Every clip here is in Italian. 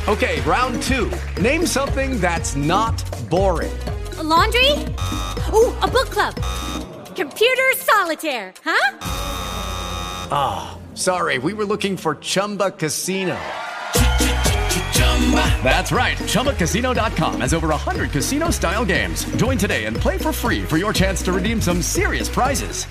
Okay, round two. Name something that's not boring. A laundry? Ooh, a book club. Computer solitaire, huh? Ah, sorry, we were looking for Chumba Casino. That's right, ChumbaCasino.com has over 100 casino-style games. Join today and play for free for your chance to redeem some serious prizes.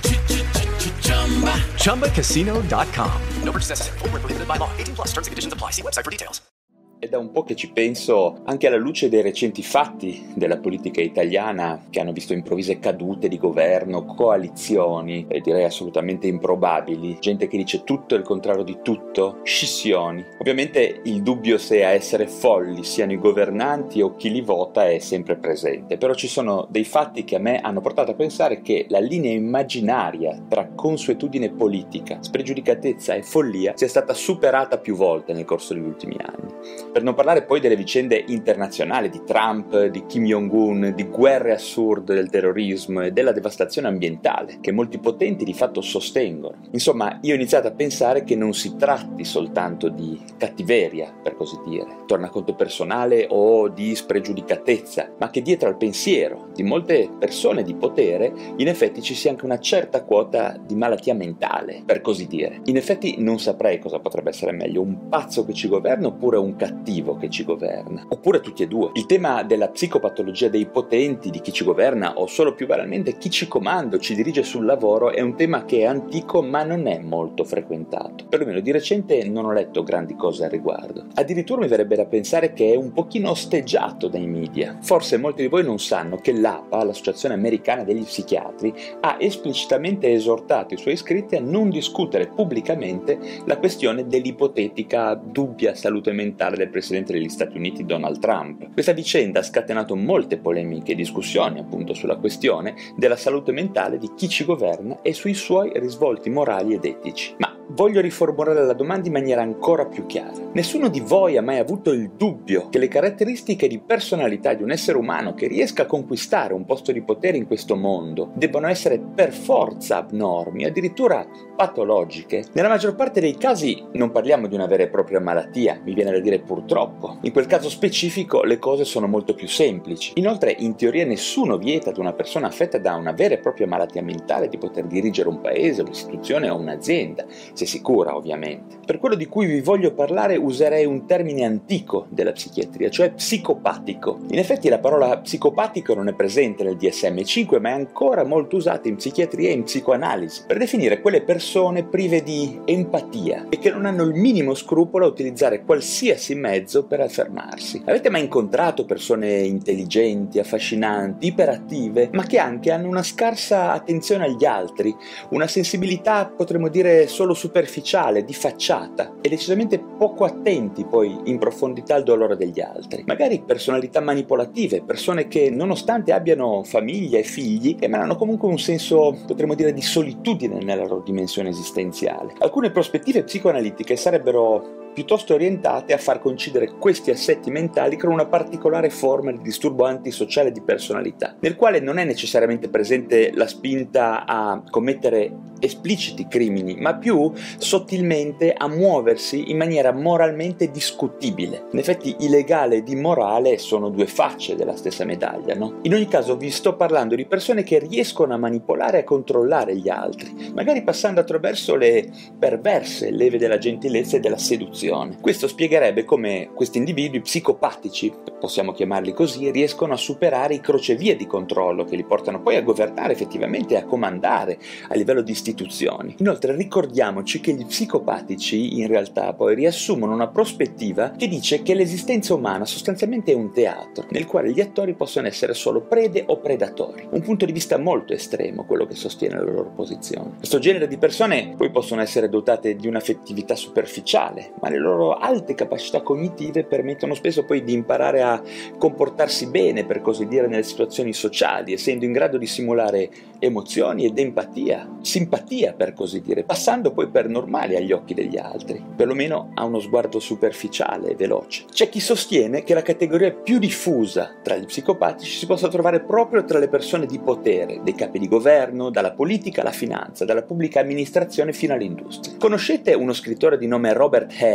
ChumbaCasino.com. No purchase necessary. Void where prohibited by law. 18+ terms and conditions apply. See website for details. È da un po' che ci penso, anche alla luce dei recenti fatti della politica italiana che hanno visto improvvise cadute di governo, coalizioni, e direi assolutamente improbabili, gente che dice tutto e il contrario di tutto, scissioni. Ovviamente il dubbio se a essere folli siano i governanti o chi li vota è sempre presente, però ci sono dei fatti che a me hanno portato a pensare che la linea immaginaria tra consuetudine politica, spregiudicatezza e follia sia stata superata più volte nel corso degli ultimi anni. Per non parlare poi delle vicende internazionali di Trump, di Kim Jong-un, di guerre assurde del terrorismo e della devastazione ambientale che molti potenti di fatto sostengono. Insomma, io ho iniziato a pensare che non si tratti soltanto di cattiveria, per così dire, tornaconto personale o di spregiudicatezza, ma che dietro al pensiero di molte persone di potere in effetti ci sia anche una certa quota di malattia mentale, per così dire. In effetti non saprei cosa potrebbe essere meglio, un pazzo che ci governa oppure un cattivo che ci governa, oppure tutti e due. Il tema della psicopatologia dei potenti, di chi ci governa o solo più banalmente chi ci comanda o ci dirige sul lavoro è un tema che è antico ma non è molto frequentato. Perlomeno di recente non ho letto grandi cose al riguardo. Addirittura mi verrebbe da pensare che è un pochino osteggiato dai media. Forse molti di voi non sanno che l'APA, l'Associazione Americana degli Psichiatri, ha esplicitamente esortato i suoi iscritti a non discutere pubblicamente la questione dell'ipotetica dubbia salute mentale del presidente degli Stati Uniti Donald Trump. Questa vicenda ha scatenato molte polemiche e discussioni appunto sulla questione della salute mentale di chi ci governa e sui suoi risvolti morali ed etici. Ma voglio riformulare la domanda in maniera ancora più chiara. Nessuno di voi ha mai avuto il dubbio che le caratteristiche di personalità di un essere umano che riesca a conquistare un posto di potere in questo mondo debbano essere per forza abnormi, addirittura patologiche? Nella maggior parte dei casi non parliamo di una vera e propria malattia, mi viene da dire purtroppo. In quel caso specifico le cose sono molto più semplici. Inoltre, in teoria nessuno vieta ad una persona affetta da una vera e propria malattia mentale di poter dirigere un paese, un'istituzione o un'azienda, se si cura ovviamente. Per quello di cui vi voglio parlare userei un termine antico della psichiatria, cioè psicopatico. In effetti la parola psicopatico non è presente nel DSM-5, ma è ancora molto usata in psichiatria e in psicoanalisi per definire quelle persone prive di empatia e che non hanno il minimo scrupolo a utilizzare qualsiasi mezzo per affermarsi. Avete mai incontrato persone intelligenti, affascinanti, iperattive, ma che anche hanno una scarsa attenzione agli altri, una sensibilità potremmo dire solo superficiale, di facciata, e decisamente poco attenti poi in profondità al dolore degli altri? Magari personalità manipolative, persone che nonostante abbiano famiglia e figli emanano comunque un senso, potremmo dire, di solitudine nella loro dimensione esistenziale. Alcune prospettive psicoanalitiche sarebbero piuttosto orientate a far coincidere questi assetti mentali con una particolare forma di disturbo antisociale di personalità, nel quale non è necessariamente presente la spinta a commettere espliciti crimini, ma più sottilmente a muoversi in maniera moralmente discutibile. In effetti illegale ed immorale sono due facce della stessa medaglia, no? In ogni caso vi sto parlando di persone che riescono a manipolare e a controllare gli altri, magari passando attraverso le perverse leve della gentilezza e della seduzione. Questo spiegherebbe come questi individui psicopatici, possiamo chiamarli così, riescono a superare i crocevie di controllo che li portano poi a governare effettivamente e a comandare a livello di istituzioni. Inoltre ricordiamoci che gli psicopatici in realtà poi riassumono una prospettiva che dice che l'esistenza umana sostanzialmente è un teatro nel quale gli attori possono essere solo prede o predatori. Un punto di vista molto estremo quello che sostiene la loro posizione. Questo genere di persone poi possono essere dotate di un'affettività superficiale, ma le loro alte capacità cognitive permettono spesso poi di imparare a comportarsi bene, per così dire, nelle situazioni sociali, essendo in grado di simulare emozioni ed empatia, simpatia per così dire, passando poi per normali agli occhi degli altri, perlomeno a uno sguardo superficiale e veloce. C'è chi sostiene che la categoria più diffusa tra gli psicopatici si possa trovare proprio tra le persone di potere, dei capi di governo, dalla politica alla finanza, dalla pubblica amministrazione fino all'industria. Conoscete uno scrittore di nome Robert Hare?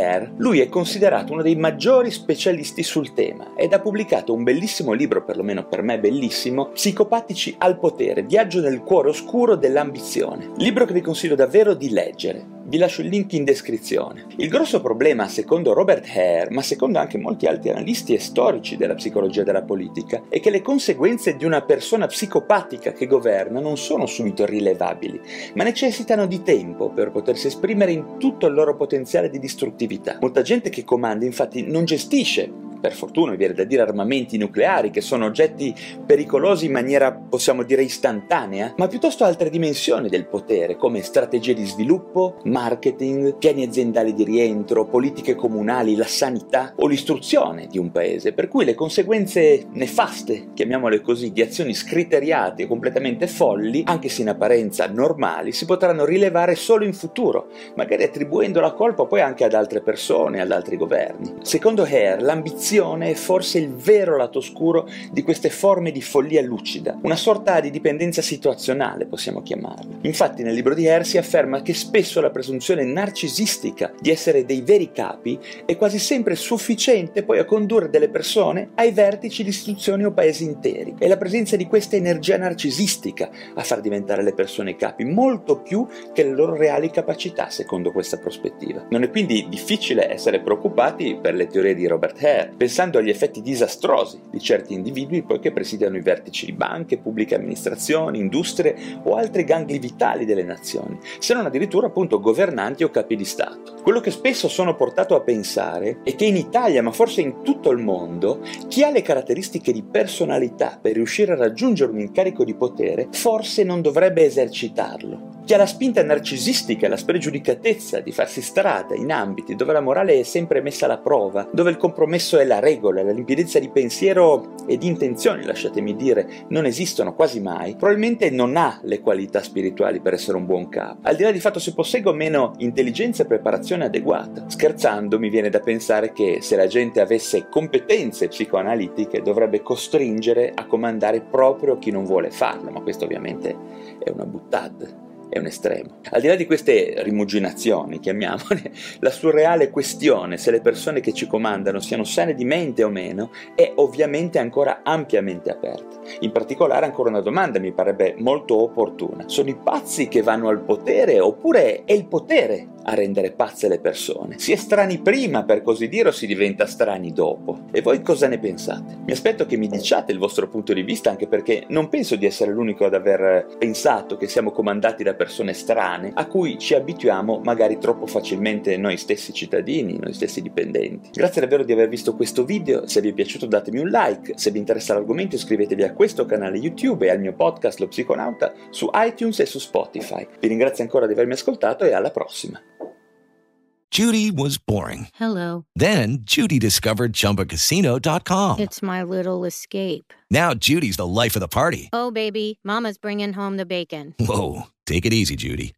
Hare, lui è considerato uno dei maggiori specialisti sul tema ed ha pubblicato un bellissimo libro, perlomeno per me bellissimo, Psicopatici al potere, viaggio nel cuore oscuro dell'ambizione. Libro che vi consiglio davvero di leggere. Vi lascio il link in descrizione. Il grosso problema, secondo Robert Hare, ma secondo anche molti altri analisti e storici della psicologia della politica, è che le conseguenze di una persona psicopatica che governa non sono subito rilevabili, ma necessitano di tempo per potersi esprimere in tutto il loro potenziale di distruttività. Molta gente che comanda, infatti, non gestisce, per fortuna mi viene da dire, armamenti nucleari, che sono oggetti pericolosi in maniera, possiamo dire, istantanea, ma piuttosto altre dimensioni del potere, come strategie di sviluppo, marketing, piani aziendali di rientro, politiche comunali, la sanità o l'istruzione di un paese, per cui le conseguenze nefaste, chiamiamole così, di azioni scriteriate e completamente folli, anche se in apparenza normali, si potranno rilevare solo in futuro, magari attribuendo la colpa poi anche ad altre persone, ad altri governi. Secondo Hare, l'ambizione è forse il vero lato oscuro di queste forme di follia lucida, una sorta di dipendenza situazionale, possiamo chiamarla. Infatti nel libro di Hare si afferma che spesso la presunzione narcisistica di essere dei veri capi è quasi sempre sufficiente poi a condurre delle persone ai vertici di istituzioni o paesi interi. È la presenza di questa energia narcisistica a far diventare le persone capi, molto più che le loro reali capacità, secondo questa prospettiva. Non è quindi difficile essere preoccupati per le teorie di Robert Hare, pensando agli effetti disastrosi di certi individui poi che presidiano i vertici di banche, pubbliche amministrazioni, industrie o altri gangli vitali delle nazioni, se non addirittura appunto governanti o capi di Stato. Quello che spesso sono portato a pensare è che in Italia, ma forse in tutto il mondo, chi ha le caratteristiche di personalità per riuscire a raggiungere un incarico di potere forse non dovrebbe esercitarlo. Chi ha la spinta narcisistica e la spregiudicatezza di farsi strada in ambiti dove la morale è sempre messa alla prova, dove il compromesso è la regola, la limpidezza di pensiero e di intenzioni, lasciatemi dire, non esistono quasi mai, probabilmente non ha le qualità spirituali per essere un buon capo, al di là di fatto se possegga o meno intelligenza e preparazione adeguata. Scherzando, mi viene da pensare che se la gente avesse competenze psicoanalitiche dovrebbe costringere a comandare proprio chi non vuole farlo, ma questo ovviamente è una buttad. È un estremo. Al di là di queste rimuginazioni, chiamiamole, la surreale questione se le persone che ci comandano siano sane di mente o meno è ovviamente ancora ampiamente aperta. In particolare ancora una domanda mi parebbe molto opportuna. Sono i pazzi che vanno al potere oppure è il potere a rendere pazze le persone? Si è strani prima, per così dire, o si diventa strani dopo? E voi cosa ne pensate? Mi aspetto che mi diciate il vostro punto di vista, anche perché non penso di essere l'unico ad aver pensato che siamo comandati da persone strane a cui ci abituiamo magari troppo facilmente noi stessi cittadini, noi stessi dipendenti. Grazie davvero di aver visto questo video, se vi è piaciuto datemi un like, se vi interessa l'argomento iscrivetevi a questo canale YouTube e al mio podcast Lo Psiconauta su iTunes e su Spotify. Vi ringrazio ancora di avermi ascoltato e alla prossima. Judy was boring. Hello. Then Judy discovered ChumbaCasino.com. It's my little escape. Now Judy's the life of the party. Oh, baby, mama's bringing home the bacon. Whoa, take it easy, Judy.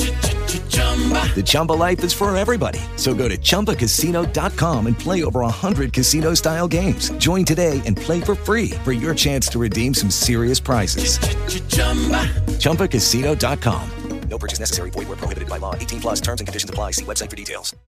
The Chumba life is for everybody. So go to ChumbaCasino.com and play over 100 casino-style games. Join today and play for free for your chance to redeem some serious prizes. ChumbaCasino.com. No purchase necessary. Void where prohibited by law. 18+ terms and conditions apply. See website for details.